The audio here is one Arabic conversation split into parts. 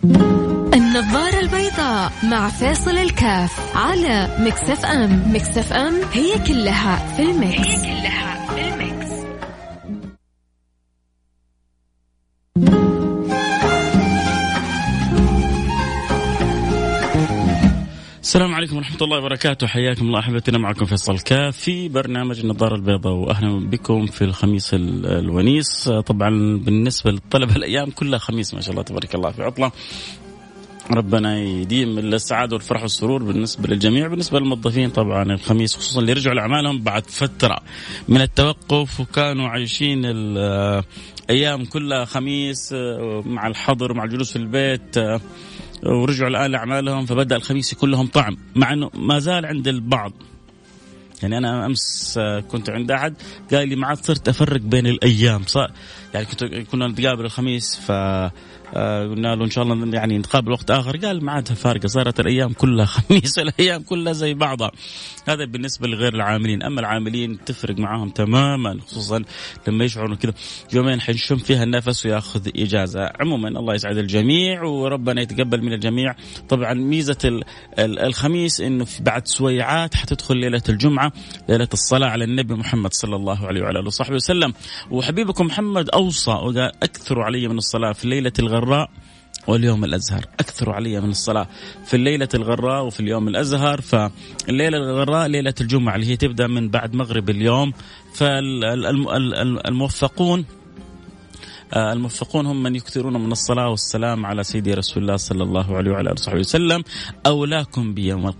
النظارة البيضاء مع فاصل الكاف على ميكس اف ام. ميكس اف ام هي كلها في الميكس. السلام عليكم ورحمة الله وبركاته. حياكم الله أحبتنا، معكم فيصل كاف في برنامج النظارة البيضاء، وأهلا بكم في الخميس الونيس. طبعا بالنسبة للطلبة الأيام كلها خميس ما شاء الله تبارك الله، في عطلة. ربنا يديم السعادة والفرح والسرور بالنسبة للجميع. بالنسبة للموظفين طبعا الخميس، خصوصا اللي رجعوا لأعمالهم بعد فترة من التوقف وكانوا عايشين الأيام كلها خميس مع الحظر ومع الجلوس في البيت، ورجعوا الآن لأعمالهم، فبدأ الخميس يكون لهم طعم، مع أنه ما زال عند البعض. يعني أنا أمس كنت عند أحد قال لي ما عاد صرت أفرق بين الأيام، يعني كنا نتقابل الخميس قلنا له إن شاء الله يعني نتقابل وقت آخر، قال ما عاد فارقة، صارت الأيام كلها خميس والأيام كلها زي بعضها. هذا بالنسبة لغير العاملين. أما العاملين تفرق معهم تماما، خصوصا لما يشعروا كذا يومين حيشم فيها النفس ويأخذ إجازة. عموما الله يسعد الجميع وربنا يتقبل من الجميع. طبعا ميزة الخميس إنه بعد سويعات حتدخل ليلة الجمعة، ليلة الصلاة على النبي محمد صلى الله عليه وعلى آله وصحبه وسلم. وحبيبكم محمد أوصى وقال أكثروا علي من الصلاة في الليلة الغراء واليوم الأزهر. أكثروا علي من الصلاة في الليلة الغراء وفي اليوم الأزهر. فالليلة الغراء ليلة الجمعة اللي هي تبدأ من بعد مغرب اليوم. فالموفقون هم من يكثرون من الصلاة والسلام على سيدي رسول الله صلى الله عليه وعلى آله وصحبه وسلم. أولاكم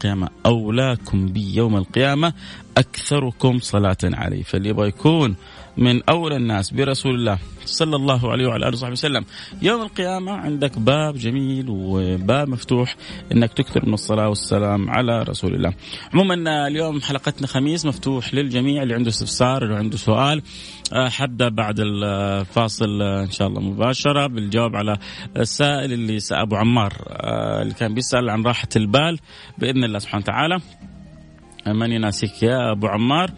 بي يوم القيامة أكثركم صلاة عليه. فاللي يبغى يكون من أولى الناس برسول الله صلى الله عليه وعلى آله وصحبه وسلم يوم القيامة، عندك باب جميل وباب مفتوح إنك تكثر من الصلاة والسلام على رسول الله. عموما اليوم حلقتنا خميس، مفتوح للجميع، اللي عنده استفسار اللي عنده سؤال. حبدأ بعد الفاصل إن شاء الله مباشرة بالجواب على السائل اللي أبو عمار اللي كان بيسأل عن راحة البال بإذن الله سبحانه وتعالى. من يناسيك يا أبو عمار.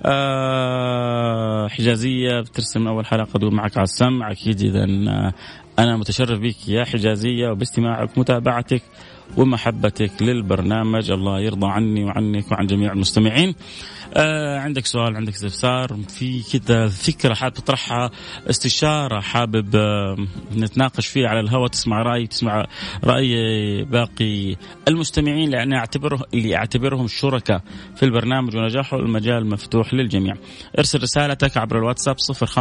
حجازية بترسم من أول حلقة تقول معك على السمع أكيد. إذا أنا متشرف بك يا حجازية وباستماعك ومتابعتك ومحبتك للبرنامج. الله يرضى عني وعنك وعن جميع المستمعين. عندك سؤال، عندك استفسار، في كده فكرة حابب تطرحها، استشارة حابب نتناقش فيها على الهواء، تسمع رأي باقي المستمعين لأن أعتبرهم شركاء في البرنامج ونجاحه، المجال مفتوح للجميع. ارسل رسالتك عبر الواتساب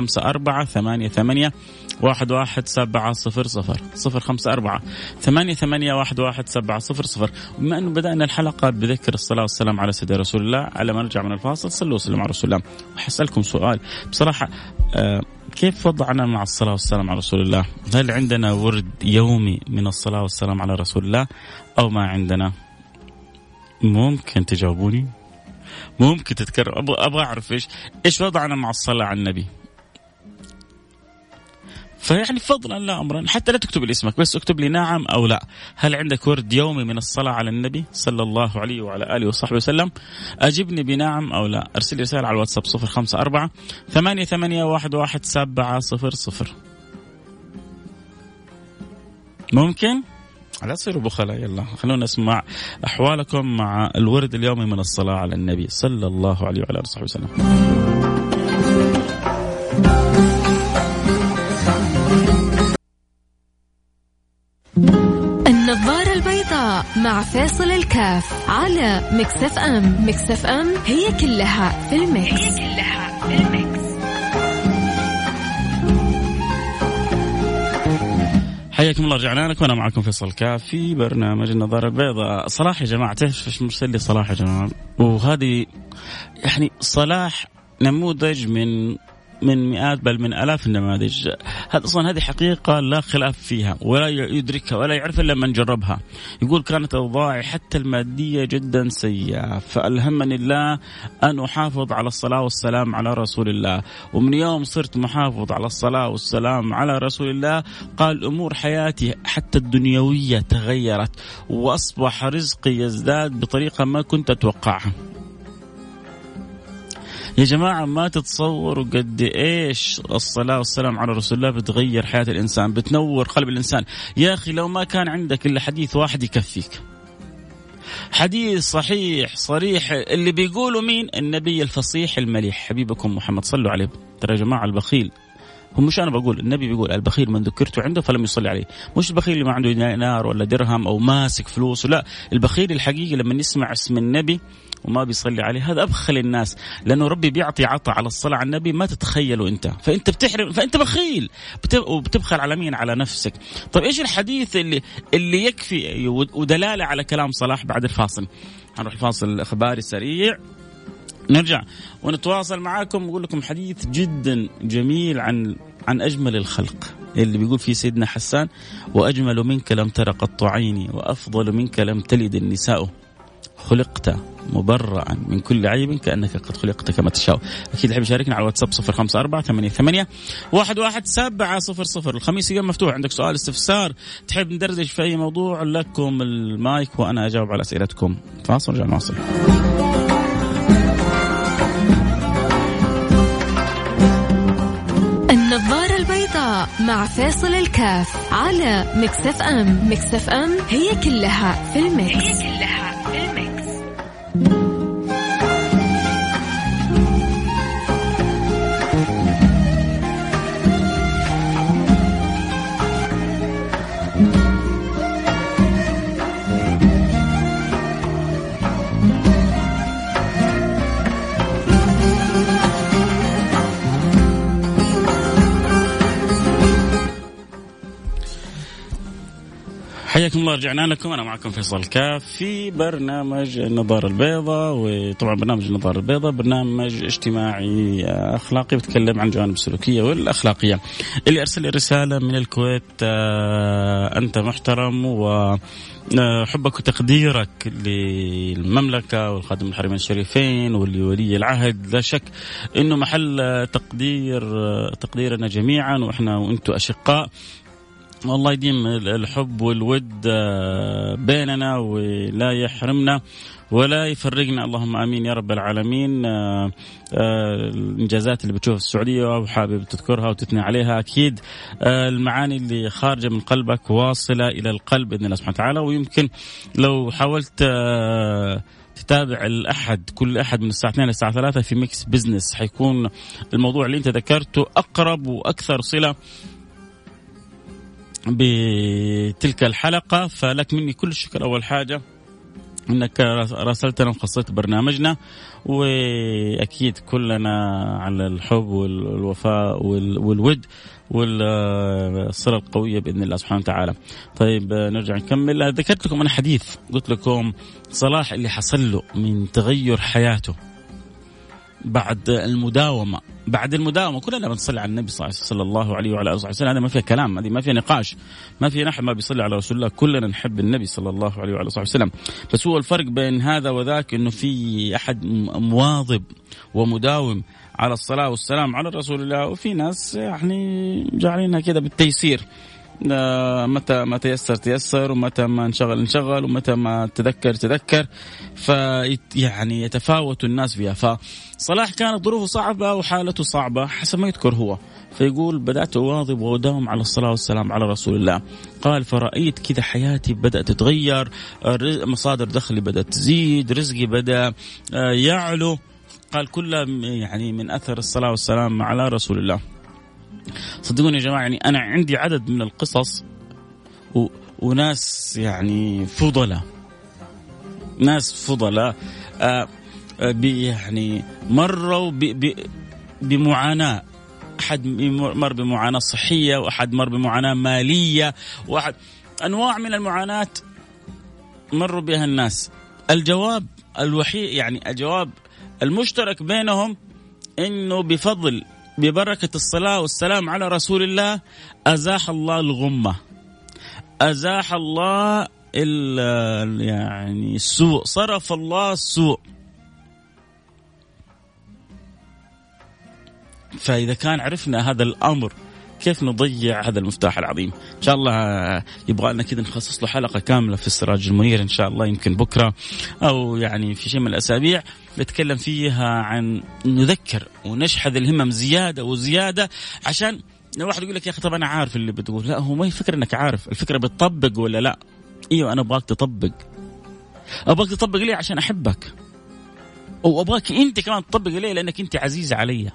0548811700 0548811700. وبما أنه بدأنا الحلقة بذكر الصلاة والسلام على سيدنا رسول الله، على ما نرجع من الفاصل صلوا وسلموا على رسول الله. وحسألكم سؤال بصراحة، كيف وضعنا مع الصلاة والسلام على رسول الله؟ هل عندنا ورد يومي من الصلاة والسلام على رسول الله أو ما عندنا؟ ممكن تجاوبوني؟ ممكن تتكرر؟ أبغى أعرف إيش وضعنا مع الصلاة على النبي. فيعني فضلا لا أمرا، حتى لا تكتب لي اسمك، بس اكتب لي نعم أو لا. هل عندك ورد يومي من الصلاة على النبي صلى الله عليه وعلى آله وصحبه وسلم؟ أجبني بنعم أو لا. أرسل لي رسالة على الواتساب 0548811700. ممكن؟ لا تصيروا بخلاء، يلا خلونا نسمع أحوالكم مع الورد اليومي من الصلاة على النبي صلى الله عليه وعلى آله وصحبه وسلم. النظارة البيضاء مع فاصل الكاف على ميكس اف ام. ميكس اف ام هي كلها في الميكس. حياكم الله، رجعنا لكم وانا معكم فيصل كاف في برنامج النظارة البيضاء. صلاح يا جماعة، تعرف ايش مرسل لي صلاح يا جماعة؟ وهذه يعني صلاح نموذج من مئات بل من آلاف النماذج. هذا أصلا هذه حقيقة لا خلاف فيها ولا يدركها ولا يعرف إلا من جربها. يقول كانت أوضاعي حتى المادية جدا سيئة، فألهمني الله أن أحافظ على الصلاة والسلام على رسول الله، ومن يوم صرت محافظ على الصلاة والسلام على رسول الله قال أمور حياتي حتى الدنيوية تغيرت، وأصبح رزقي يزداد بطريقة ما كنت أتوقعها. يا جماعة ما تتصوروا قد إيش الصلاة والسلام على رسول الله بتغير حياة الإنسان، بتنور قلب الإنسان. يا أخي لو ما كان عندك إلا حديث واحد يكفيك، حديث صحيح صريح اللي بيقولوا مين؟ النبي الفصيح المليح حبيبكم محمد، صلوا عليه. ترى يا جماعة البخيل، هم مش أنا بقول، النبي بيقول البخيل من ذكرت عنده فلم يصلي عليه. مش البخيل اللي ما عنده دينار ولا درهم أو ماسك فلوس، لا، البخيل الحقيقي لما يسمع اسم النبي وما بيصلي عليه، هذا أبخل الناس، لأنه ربي بيعطي عطاء على الصلاة على النبي ما تتخيله أنت، فأنت بتحرم، فأنت بخيل وبتبخل على مين؟ على نفسك. طيب إيش الحديث اللي يكفي ودلالة على كلام صلاح؟ بعد الفاصل هنروح الفاصل إخباري سريع، نرجع ونتواصل معاكم ونقول لكم حديث جدا جميل عن أجمل الخلق اللي بيقول فيه سيدنا حسان: وأجمل منك لم تر قط عيني وأفضل منك لم تلد النساء، خلقت مبرأ من كل عيب كأنك قد خلقت كما تشاء. أكيد حب يشاركنا على الواتساب 0548811700. الخميس يوم مفتوح، عندك سؤال استفسار تحب ندردش في أي موضوع، لكم المايك وأنا أجاوب على أسئلتكم. فاصل رجع نواصل. النظارة البيضاء مع فاصل الكاف على ميكس اف ام. ميكس اف ام هي كلها في الميكس. حياكم الله، رجعنا لكم. أنا معكم فيصل كاف في برنامج النظارة البيضاء. وطبعا برنامج النظارة البيضاء برنامج اجتماعي أخلاقي بتكلم عن جوانب السلوكية والأخلاقية. اللي أرسل لي رسالة من الكويت: أنت محترم وحبك وتقديرك للمملكة والخادم الحرمين الشريفين ولولي العهد لا شك إنه محل تقديرنا جميعا، وإحنا وإنتوا أشقاء. والله يديم الحب والود بيننا ولا يحرمنا ولا يفرقنا، اللهم آمين يا رب العالمين. الإنجازات اللي بتشوف السعودية وحابب تذكرها وتثني عليها، أكيد المعاني اللي خارجة من قلبك واصلة إلى القلب بإذن الله سبحانه وتعالى. ويمكن لو حاولت تتابع كل أحد من الساعة 2 للساعة 3 في ميكس بيزنس، حيكون الموضوع اللي أنت ذكرته أقرب وأكثر صلة بتلك الحلقة. فلك مني كل الشكر أول حاجة أنك راسلتنا وخصيت برنامجنا، وأكيد كلنا على الحب والوفاء والود والصلة القوية بإذن الله سبحانه وتعالى. طيب نرجع نكمل. ذكرت لكم أنا حديث، قلت لكم صلاح اللي حصل له من تغير حياته بعد المداومة كلنا بنصلي على النبي صلى الله عليه وعلى آله وسلم. هذا ما فيه كلام، هذه ما فيه نقاش، ما فيه نحن ما بيصلي على رسول الله، كلنا نحب النبي صلى الله عليه وعلى آله وسلم. بس هو الفرق بين هذا وذاك إنه في أحد مواظب ومداوم على الصلاة والسلام على رسول الله، وفي ناس يعني جعلينها كده بالتيسير، متى ما تيسر ومتى ما انشغل ومتى ما تذكر، يعني يتفاوت الناس فيها. فصلاح كانت ظروفه صعبة وحالته صعبة حسب ما يذكر هو، فيقول: بدأت أواظب وأداوم على الصلاة والسلام على رسول الله. قال: فرأيت كذا حياتي بدأت تتغير، مصادر دخلي بدأت تزيد، رزقي بدأ يعلو. قال: كله يعني من أثر الصلاة والسلام على رسول الله. صدقوني يا جماعة، يعني أنا عندي عدد من القصص وناس يعني فضلاء يعني مروا بمعاناة. أحد مر بمعاناة صحية، وأحد مر بمعاناة مالية، وأحد أنواع من المعاناة مروا بها الناس. الجواب الوحيد، يعني الجواب المشترك بينهم، إنه ببركة الصلاة والسلام على رسول الله أزاح الله الغمة، أزاح الله يعني السوء، صرف الله السوء. فإذا كان عرفنا هذا الأمر كيف نضيع هذا المفتاح العظيم. إن شاء الله يبغى لنا كذا نخصص له حلقة كاملة في السراج المنير إن شاء الله، يمكن بكرة أو يعني في شيء من الأسابيع نتكلم فيها عن نذكر ونشحذ الهمم زيادة وزيادة. عشان لو واحد يقول لك يا أخي طب أنا عارف اللي بتقول، لا هو ما الفكرة إنك عارف، الفكرة بتطبق ولا لا. إيوه أنا أبغاك تطبق. أبغاك تطبق ليه؟ عشان أحبك، وأبغاك أنت كمان تطبق ليه؟ لأنك أنت عزيزة علي.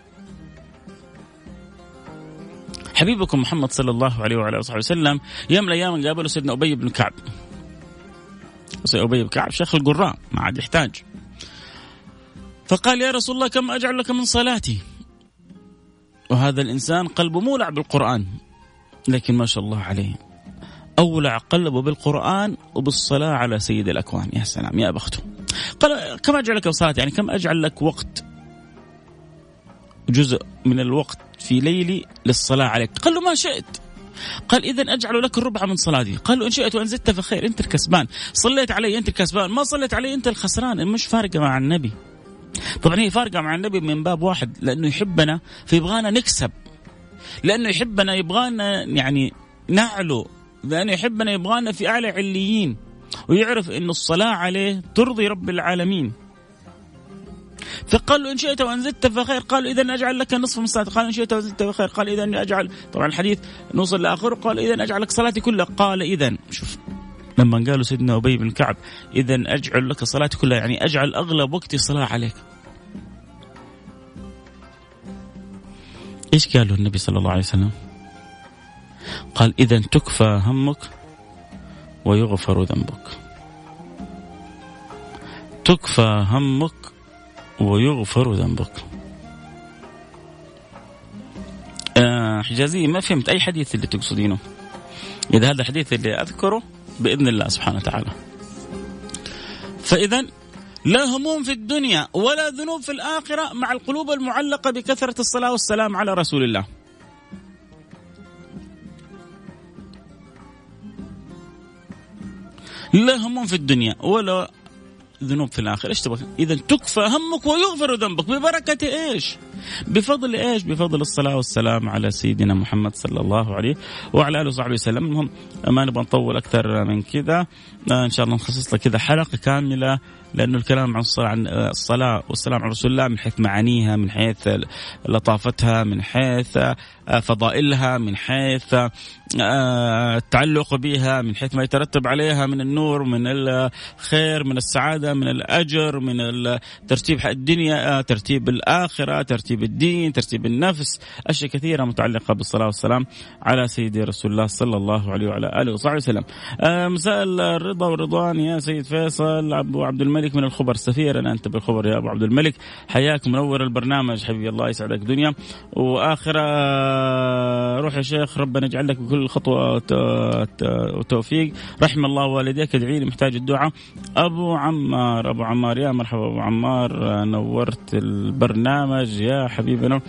حبيبكم محمد صلى الله عليه وعلى آله وسلم يوم من الأيام قابله سيدنا أبي بن كعب. سيدنا أبي بن كعب شيخ القراء ما عاد يحتاج، فقال يا رسول الله كم أجعل لك من صلاتي؟ وهذا الإنسان قلبه مولع بالقرآن، لكن ما شاء الله عليه أولع قلبه بالقرآن وبالصلاة على سيد الأكوان. يا سلام يا بخته. قال كم أجعل لك من صلاتي؟ يعني كم أجعل لك وقت، جزء من الوقت في ليلي للصلاة عليك؟ قال له ما شئت. قال إذن أجعل لك الربع من صلاتي. قال له إن شئت وإن زدت فخير، أنت الكسبان. صليت علي أنت الكسبان، ما صليت علي أنت الخسران. مش فارقة مع النبي. طبعا هي فارقة مع النبي من باب واحد، لأنه يحبنا فيبغانا نكسب، لأنه يحبنا يبغانا يعني نعلو، لأنه يحبنا يبغانا في أعلى عليين، ويعرف إنه الصلاة عليه ترضي رب العالمين. فقال له إن شئت وإن زدت فخير. قال إذن أجعل لك نصف من صلاتي. قال إن شئت وإن زدت فخير. قال إذن أجعل، طبعا الحديث نوصل لآخره، قال إذن أجعل لك صلاتي كلها. قال إذن، شوف لما قالوا سيدنا أبي بن كعب إذن أجعل لك صلاتي كلها، يعني أجعل أغلب وقتي صلاة عليك. إيش قالوا النبي صلى الله عليه وسلم؟ قال إذن تكفى همك ويغفر ذنبك. تكفى همك ويغفر ذنبك. حجازي ما فهمت أي حديث اللي تقصدينه. إذا هذا الحديث اللي أذكره بإذن الله سبحانه وتعالى. فإذن لا هموم في الدنيا ولا ذنوب في الآخرة مع القلوب المعلقة بكثرة الصلاة والسلام على رسول الله. لا هموم في الدنيا ولا ذنوب في الآخرة. إيش تبغى؟ إذا تكفى همك ويغفر ذنبك. ببركة إيش؟ بفضل إيش؟ بفضل الصلاة والسلام على سيدنا محمد صلى الله عليه وعلى آله وصحبه وسلم. المهم ما نبغى نطول أكثر من كذا، إن شاء الله نخصص لك كذا حلقة كاملة، لأنه الكلام عن الصلاة والسلام على رسول الله من حيث معانيها، من حيث لطافتها، من حيث فضائلها، من حيث التعلق بها، من حيث ما يترتب عليها من النور، من الخير، من السعادة، من الأجر، من ترتيب الدنيا، ترتيب الآخرة، ترتيب الدين، ترتيب النفس، أشياء كثيرة متعلقة بالصلاة والسلام على سيدي رسول الله صلى الله عليه وعلى آله وصحبه وسلم. مساء الرضا والرضوان يا سيد فيصل. أبو عبد الملك من الخبر، سفيرا أنت بالخبر يا أبو عبد الملك، حياك، منور البرنامج حبيبي، الله يسعدك دنيا وآخرة. روح يا شيخ، ربنا يجعل لك بكل خطوة وتوفيق، رحم الله والديك، ادعي لي محتاج الدعاء. أبو عمار يا مرحبا أبو عمار، نورت البرنامج يا حبيبنا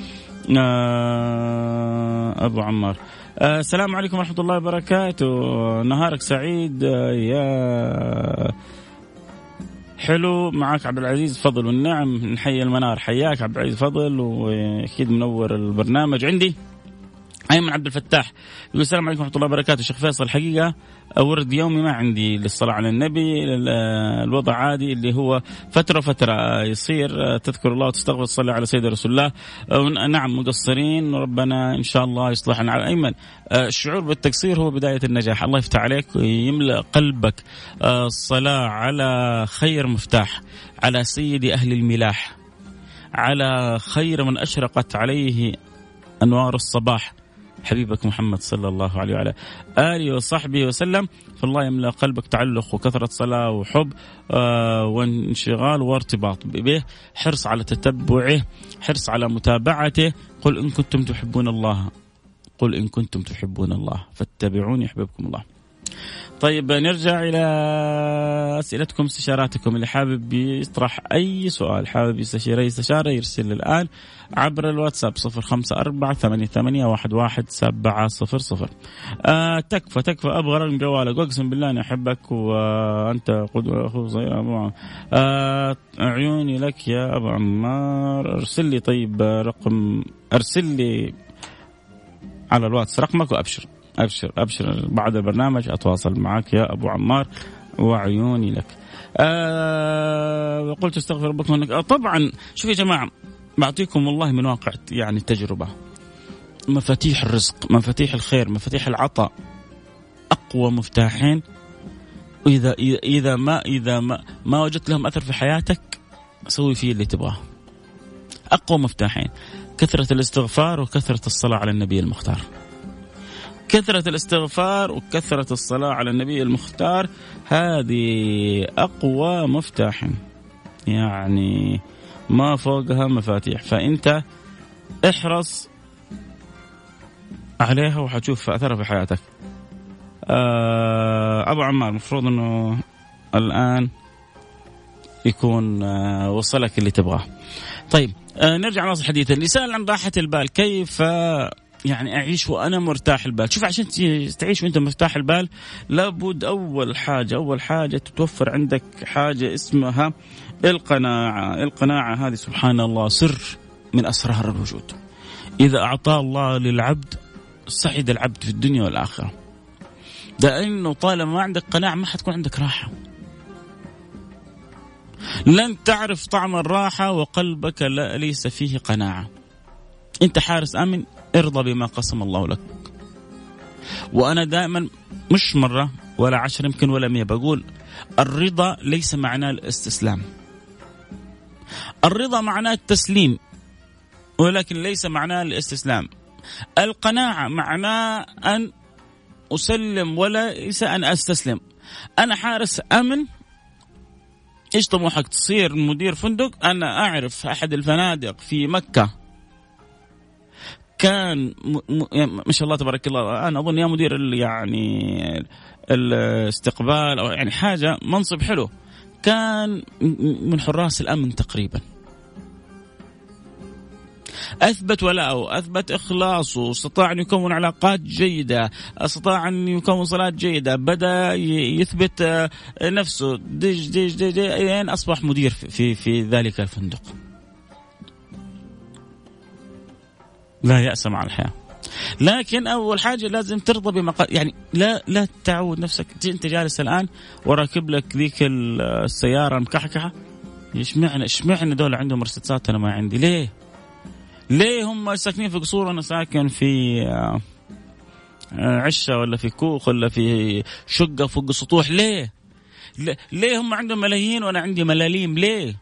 أبو عمار. السلام عليكم ورحمة الله وبركاته، نهارك سعيد يا حلو. معك عبد العزيز فضل والنعم، نحيي المنار، حياك عبد العزيز فضل، وأكيد منور البرنامج. عندي أيمن عبد الفتاح يقول السلام عليكم ورحمة الله وبركاته. شيخ فيصل الحقيقة ورد يومي ما عندي للصلاة على النبي، الوضع عادي اللي هو فترة يصير تذكر الله وتستغفر تصلي على سيد رسول الله. نعم مقصرين، وربنا إن شاء الله يصلحنا. على أيمن الشعور بالتقصير هو بداية النجاح. الله يفتح عليك ويملأ قلبك الصلاة على خير مفتاح، على سيد أهل الملاح، على خير من أشرقت عليه أنوار الصباح، حبيبك محمد صلى الله عليه وعلى آله وصحبه وسلم. فالله يملأ قلبك تعلق وكثرة صلاة وحب وانشغال وارتباط به، حرص على تتبعه، حرص على متابعته. قل إن كنتم تحبون الله، قل إن كنتم تحبون الله فاتبعوني يحببكم الله. طيب نرجع إلى أسئلتكم، استشاراتكم. اللي حابب يطرح أي سؤال، حابب يستشير أي استشارة، يرسل الآن عبر الواتساب 0548811700. تكفى أبغى رقم جوالك، أقسم بالله أنا أحبك وأنت قدوة أخو صغير أبو عيوني لك يا أبو عمار. أرسل لي طيب رقم، أرسل لي على الواتس رقمك وأبشر أبشر أبشر، بعد البرنامج أتواصل معك يا أبو عمار وعيوني لك. وقلت استغفر ربكم انك طبعا. شوف يا جماعه، بعطيكم والله من واقع يعني التجربه، مفاتيح الرزق، مفاتيح الخير، مفاتيح العطاء، اقوى مفتاحين اذا ما وجدت لهم اثر في حياتك سوي فيه اللي تبغاه. اقوى مفتاحين كثره الاستغفار وكثره الصلاه على النبي المختار. كثرة الاستغفار وكثرة الصلاة على النبي المختار، هذه أقوى مفتاح، يعني ما فوقها مفاتيح. فأنت احرص عليها وحتشوف أثرها في حياتك. أبو عمار مفروض أنه الآن يكون وصلك اللي تبغاه. طيب نرجع نواصل حديثا. اللسان عن راحة البال، كيف يعني أعيش وأنا مرتاح البال؟ شوف، عشان تعيش وأنت مرتاح البال لابد أول حاجة تتوفر عندك حاجة اسمها القناعة. القناعة هذه سبحان الله سر من أسرار الوجود. إذا أعطاه الله للعبد سعد العبد في الدنيا والآخرة، لأنه طالما ما عندك قناعة ما حتكون عندك راحة. لن تعرف طعم الراحة وقلبك ليس فيه قناعة. أنت حارس آمن، ارضى بما قسم الله لك. وأنا دائما مش مرة ولا 10 يمكن ولا 100 بقول الرضا ليس معناه الاستسلام. الرضا معناه التسليم ولكن ليس معناه الاستسلام. القناعة معناه أن أسلم وليس أن أستسلم. أنا حارس أمن، إيش طموحك؟ تصير مدير فندق. أنا أعرف أحد الفنادق في مكة كان ما شاء الله تبارك الله، أنا أظن يا مدير يعني الاستقبال أو يعني حاجة منصب حلو، كان من حراس الأمن تقريبا. أثبت ولاءه، أثبت إخلاصه، استطاع أن يكون علاقات جيدة، استطاع أن يكون صلاة جيدة، بدأ يثبت نفسه دج أصبح مدير في ذلك الفندق. لا يأس مع الحياة، لكن أول حاجة لازم ترضى بما يعني لا تعود نفسك. أنت جالس الآن وراكب لك ذيك السيارة المكحكحة، اشمعنى دول عندهم مرسيدسات أنا ما عندي؟ ليه هم ساكنين في قصور وأنا ساكن في عشة ولا في كوخ ولا في شقة فوق سطوح؟ ليه هم عندهم ملايين وأنا عندي ملاليم؟ ليه؟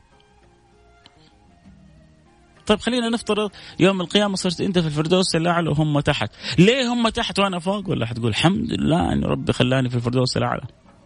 طيب خلينا نفترض يوم القيامة صرت أنت في الفردوس الأعلى وهم تحت، ليه هم تحت وأنا فوق؟ ولا حتقول الحمد لله أن ربي خلاني في الفردوس الأعلى؟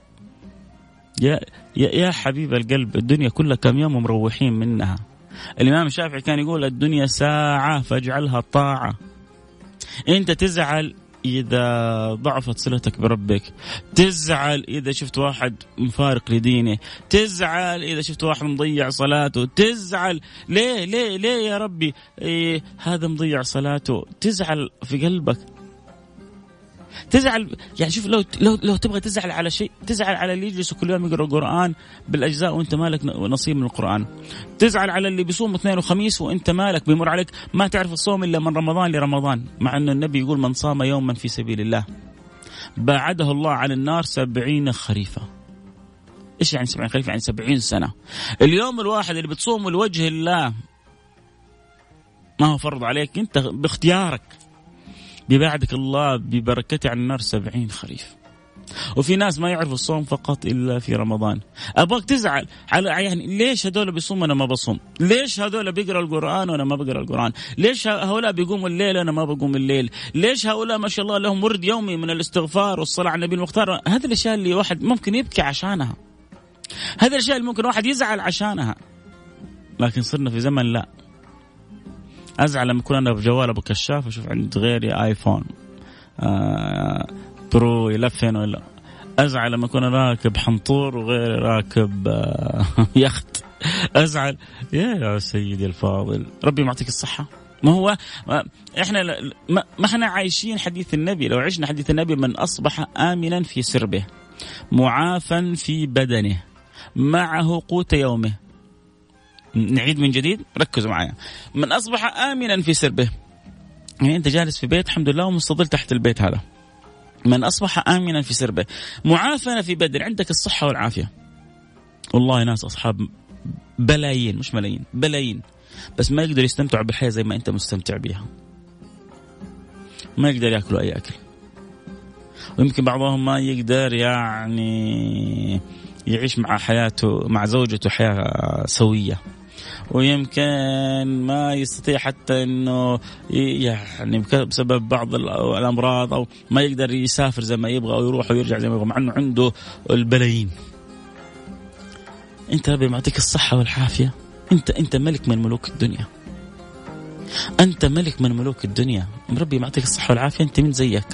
يا حبيب القلب، الدنيا كلها كم يوم ومروحين منها. الإمام الشافعي كان يقول الدنيا ساعة فاجعلها طاعة. أنت تزعل إذا ضعفت صلتك بربك، تزعل إذا شفت واحد مفارق لدينه، تزعل إذا شفت واحد مضيع صلاته، تزعل ليه يا ربي هذا مضيع صلاته، تزعل في قلبك، تزعل. يعني شوف، لو تبغى تزعل على شيء، تزعل على اللي يجلس كل يوم يقرأ القرآن بالأجزاء وأنت مالك نصيب من القرآن. تزعل على اللي بيصوم اثنين وخميس وأنت مالك بيمر عليك ما تعرف الصوم إلا من رمضان لرمضان، مع أن النبي يقول من صام يوما في سبيل الله باعده الله عن النار 70 خريفا. إيش يعني 70 خريفا؟ يعني 70 سنة. اليوم الواحد اللي بتصوم لوجه الله ما هو فرض عليك، أنت باختيارك بيبعدك الله ببركته عن النار 70 خريف. وفي ناس ما يعرفوا الصوم فقط إلا في رمضان. أبغاك تزعل على يعني ليش هذول بيصوموا وأنا ما بصوم؟ ليش هذول بيقرأ القرآن وأنا ما بقرأ القرآن؟ ليش هؤلاء بيقوموا الليل وأنا ما بقوم الليل؟ ليش هؤلاء ما شاء الله لهم ورد يومي من الاستغفار والصلاة على النبي المختار؟ هذه الأشياء اللي واحد ممكن يبكي عشانها، هذه الأشياء اللي ممكن واحد يزعل عشانها. لكن صرنا في زمن لا، أزعل لما أكون أنا بجوال أبو كشاف وأشوف عند غيري آيفون برو يلفن، ولا أزعل لما أكون راكب حنطور وغيري راكب يخت. أزعل يا سيدي الفاضل، ربي معطيك الصحة. ما هو إحنا ما إحنا عايشين حديث النبي. لو عشنا حديث النبي: من أصبح آمنا في سربه معافا في بدنه معه قوت يومه. نعيد من جديد، ركزوا معايا: من أصبح آمنا في سربه، يعني أنت جالس في بيت الحمد لله ومستظل تحت البيت هذا. من أصبح آمنا في سربه معافى في بدن، عندك الصحة والعافية. والله ناس أصحاب بلايين، مش ملايين، بلايين، بس ما يقدر يستمتعوا بالحياة زي ما أنت مستمتع بيها. ما يقدر يأكلوا أي أكل، ويمكن بعضهم ما يقدر يعني يعيش مع حياته مع زوجته حياة سوية، ويمكن ما يستطيع حتى انه يعني بسبب بعض الامراض او ما يقدر يسافر زي ما يبغى او يروح ويرجع زي ما يبغى، مع انه عنده البلايين. انت ربي معطيك الصحة والعافية، انت ملك من ملوك الدنيا، انت ملك من ملوك الدنيا، ربي معطيك الصحة والعافية. انت من زيك؟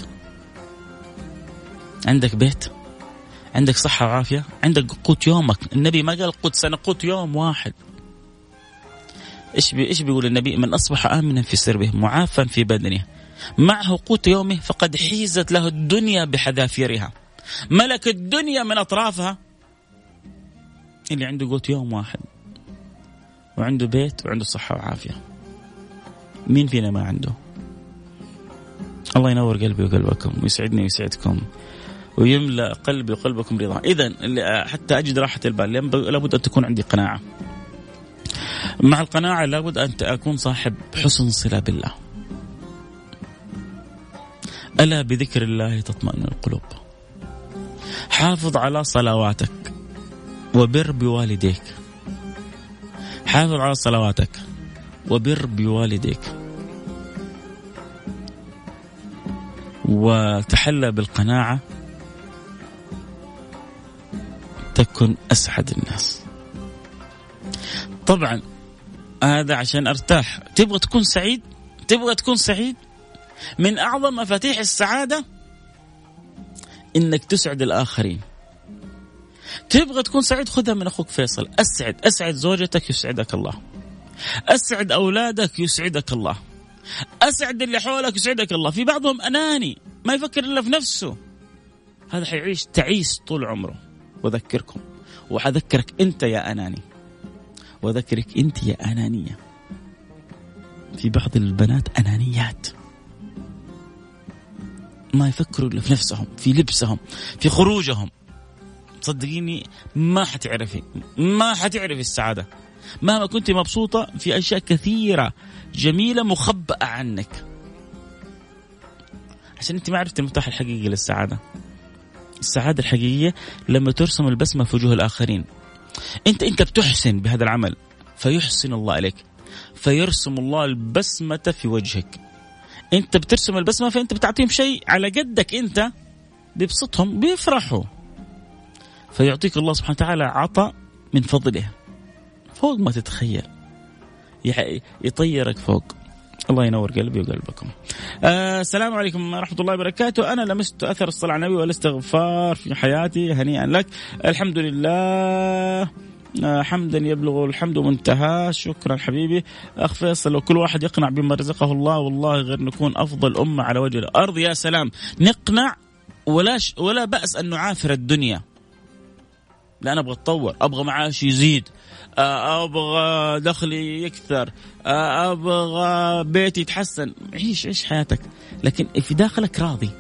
عندك بيت، عندك صحة وعافية، عندك قوت يومك. النبي ما قال قوت سنة، قوت يوم واحد. إيش بيقول النبي؟ من أصبح آمنا في سربه معافا في بدنه معه قوت يومه فقد حيزت له الدنيا بحذافيرها. ملك الدنيا من أطرافها اللي عنده قوت يوم واحد وعنده بيت وعنده صحة وعافية. مين فينا ما عنده؟ الله ينور قلبي وقلبكم ويسعدني ويسعدكم ويملأ قلبي وقلبكم رضا. إذن حتى أجد راحة البال لابد أن تكون عندي قناعة. مع القناعة لابد أن أكون صاحب حسن صلة بالله. ألا بذكر الله تطمئن القلوب. حافظ على صلواتك وبر بوالديك. حافظ على صلواتك وبر بوالديك وتحلى بالقناعة تكن أسعد الناس. طبعا هذا عشان أرتاح. تبغى تكون سعيد؟ تبغى تكون سعيد؟ من أعظم مفاتيح السعادة إنك تسعد الآخرين. تبغى تكون سعيد؟ خذها من أخوك فيصل. أسعد زوجتك يسعدك الله، أسعد أولادك يسعدك الله، أسعد اللي حولك يسعدك الله. في بعضهم أناني ما يفكر إلا في نفسه، هذا حيعيش تعيس طول عمره. وذكركم وحذكرك أنت يا أناني، وذكرك أنت يا أنانية. في بعض البنات أنانيات ما يفكروا إلا في نفسهم، في لبسهم، في خروجهم. صدقيني ما حتعرفي السعادة مهما كنت مبسوطة في أشياء كثيرة جميلة مخبأة عنك، عشان أنت ما عرفت المفتاح الحقيقي للسعادة. السعادة الحقيقية لما ترسم البسمة في وجوه الآخرين. أنت بتحسن بهذا العمل فيحسن الله عليك، فيرسم الله البسمة في وجهك. أنت بترسم البسمة فأنت بتعطيهم شيء على قدك، أنت بيبسطهم بيفرحوا، فيعطيك الله سبحانه وتعالى عطاء من فضله فوق ما تتخيل، يطيرك فوق. الله ينور قلبي وقلبكم. السلام عليكم ورحمة الله وبركاته. أنا لمست أثر الصلاة على النبي والاستغفار في حياتي، هنيئا لك. الحمد لله حمدا يبلغ الحمد منتهى. شكرا حبيبي أخ فيصل. وكل واحد يقنع بما رزقه الله، والله غير نكون أفضل أمة على وجه الأرض. يا سلام، نقنع ولا بأس أن نعافر الدنيا. لا، أنا أبغى أتطور، أبغى معاشي يزيد، أبغى دخلي يكثر، أبغى بيتي يتحسن. عيش حياتك، لكن في داخلك راضي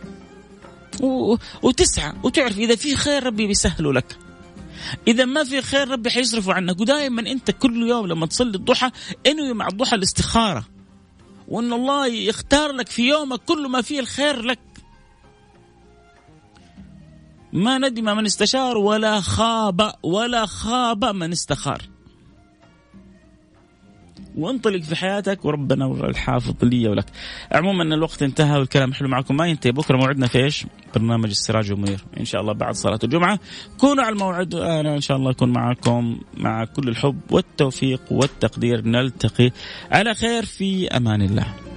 وتسعى وتعرف إذا في خير ربي بيسهله لك، إذا ما في خير ربي حيصرفه عنك. ودائما أنت كل يوم لما تصلي الضحى انوي مع الضحى الاستخارة، وأن الله يختار لك في يومك كل ما فيه الخير لك. ما ندم من استشار ولا خاب من استخار. وانطلق في حياتك وربنا الحافظ لي ولك. عموما الوقت انتهى والكلام حلو معكم ما ينتهي. بكرة موعدنا في ايش؟ برنامج السراج والمنير إن شاء الله بعد صلاة الجمعة. كونوا على الموعد، أنا إن شاء الله أكون معكم مع كل الحب والتوفيق والتقدير. نلتقي على خير في أمان الله.